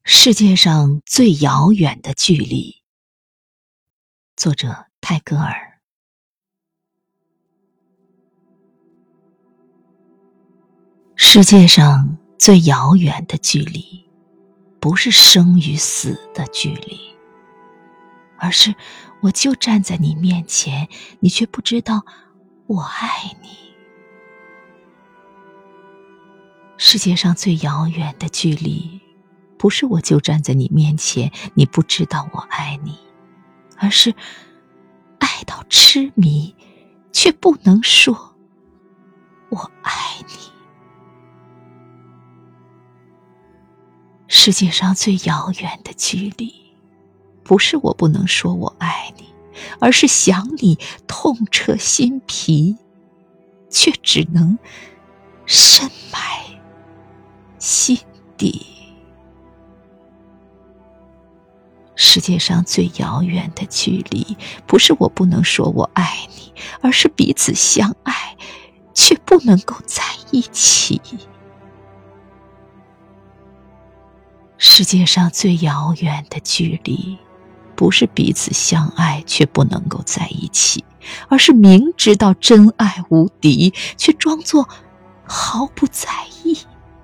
世界上最遥远的距离，作者泰戈尔。世界上最遥远的距离，不是生与死的距离，而是我就站在你面前，你却不知道我爱你。世界上最遥远的距离，不是我就站在你面前，你不知道我爱你，而是爱到痴迷，却不能说我爱你。世界上最遥远的距离，不是我不能说我爱你，而是想你痛彻心脾，却只能深埋心底。世界上最遥远的距离，不是我不能说我爱你，而是彼此相爱，却不能够在一起。世界上最遥远的距离，不是彼此相爱却不能够在一起，而是明知道真爱无敌，却装作毫不在意。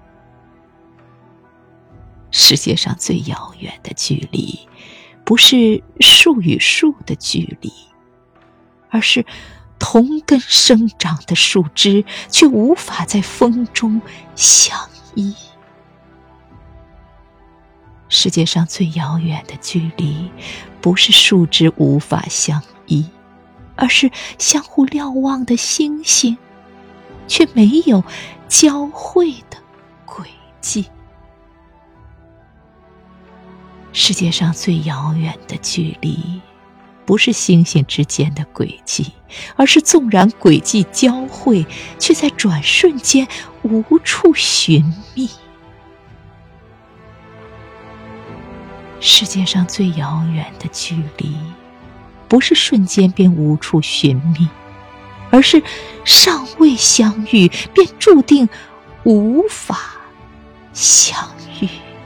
世界上最遥远的距离，不是树与树的距离，而是同根生长的树枝，却无法在风中相依。世界上最遥远的距离，不是树枝无法相依，而是相互瞭望的星星，却没有交汇的轨迹。世界上最遥远的距离，不是星星之间的轨迹，而是纵然轨迹交汇，却在转瞬间无处寻觅。世界上最遥远的距离，不是瞬间便无处寻觅，而是尚未相遇，便注定无法相遇。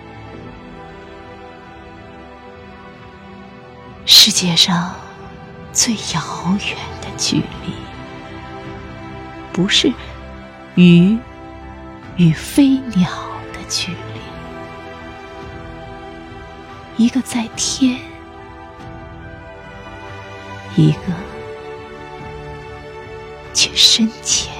世界上最遥远的距离，不是鱼与飞鸟的距离，一个在天，一个却深潜